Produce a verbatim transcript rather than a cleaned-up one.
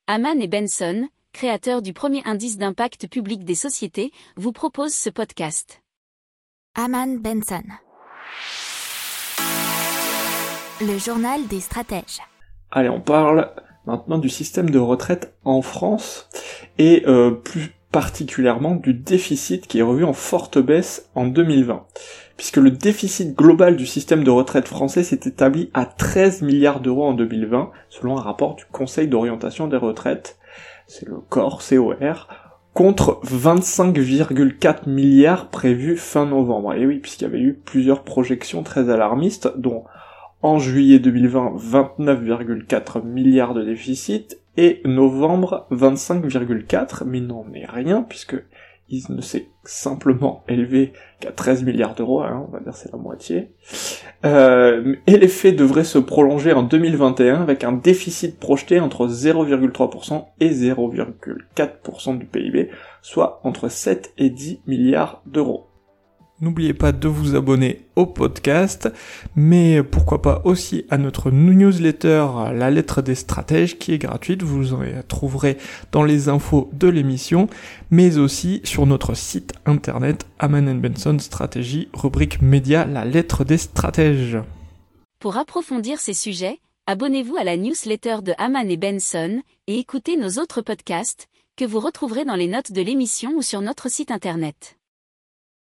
Hamann et Benson, créateurs du premier indice d'impact public des sociétés, vous proposent ce podcast. Hamann Benson. Le journal des stratèges. Allez, on parle maintenant du système de retraite en France et euh, plus particulièrement du déficit qui est revu en forte baisse en deux mille vingt. Puisque le déficit global du système de retraite français s'est établi à treize milliards d'euros en deux mille vingt, selon un rapport du Conseil d'orientation des retraites, c'est le C O R, C O R, contre vingt-cinq virgule quatre milliards prévus fin novembre. Et oui, puisqu'il y avait eu plusieurs projections très alarmistes, dont en juillet deux mille vingt, vingt-neuf virgule quatre milliards de déficit, et novembre, vingt-cinq virgule quatre, mais il n'en est rien, puisque il ne s'est simplement élevé qu'à treize milliards d'euros, hein, on va dire c'est la moitié. Euh, et l'effet devrait se prolonger en deux mille vingt et un avec un déficit projeté entre zéro virgule trois pour cent et zéro virgule quatre pour cent du P I B, soit entre sept et dix milliards d'euros. N'oubliez pas de vous abonner au podcast, mais pourquoi pas aussi à notre newsletter La Lettre des Stratèges qui est gratuite, vous en trouverez dans les infos de l'émission, mais aussi sur notre site internet Hamann and Benson Stratégie, rubrique média La Lettre des Stratèges. Pour approfondir ces sujets, abonnez-vous à la newsletter de Hamann et Benson et écoutez nos autres podcasts que vous retrouverez dans les notes de l'émission ou sur notre site internet.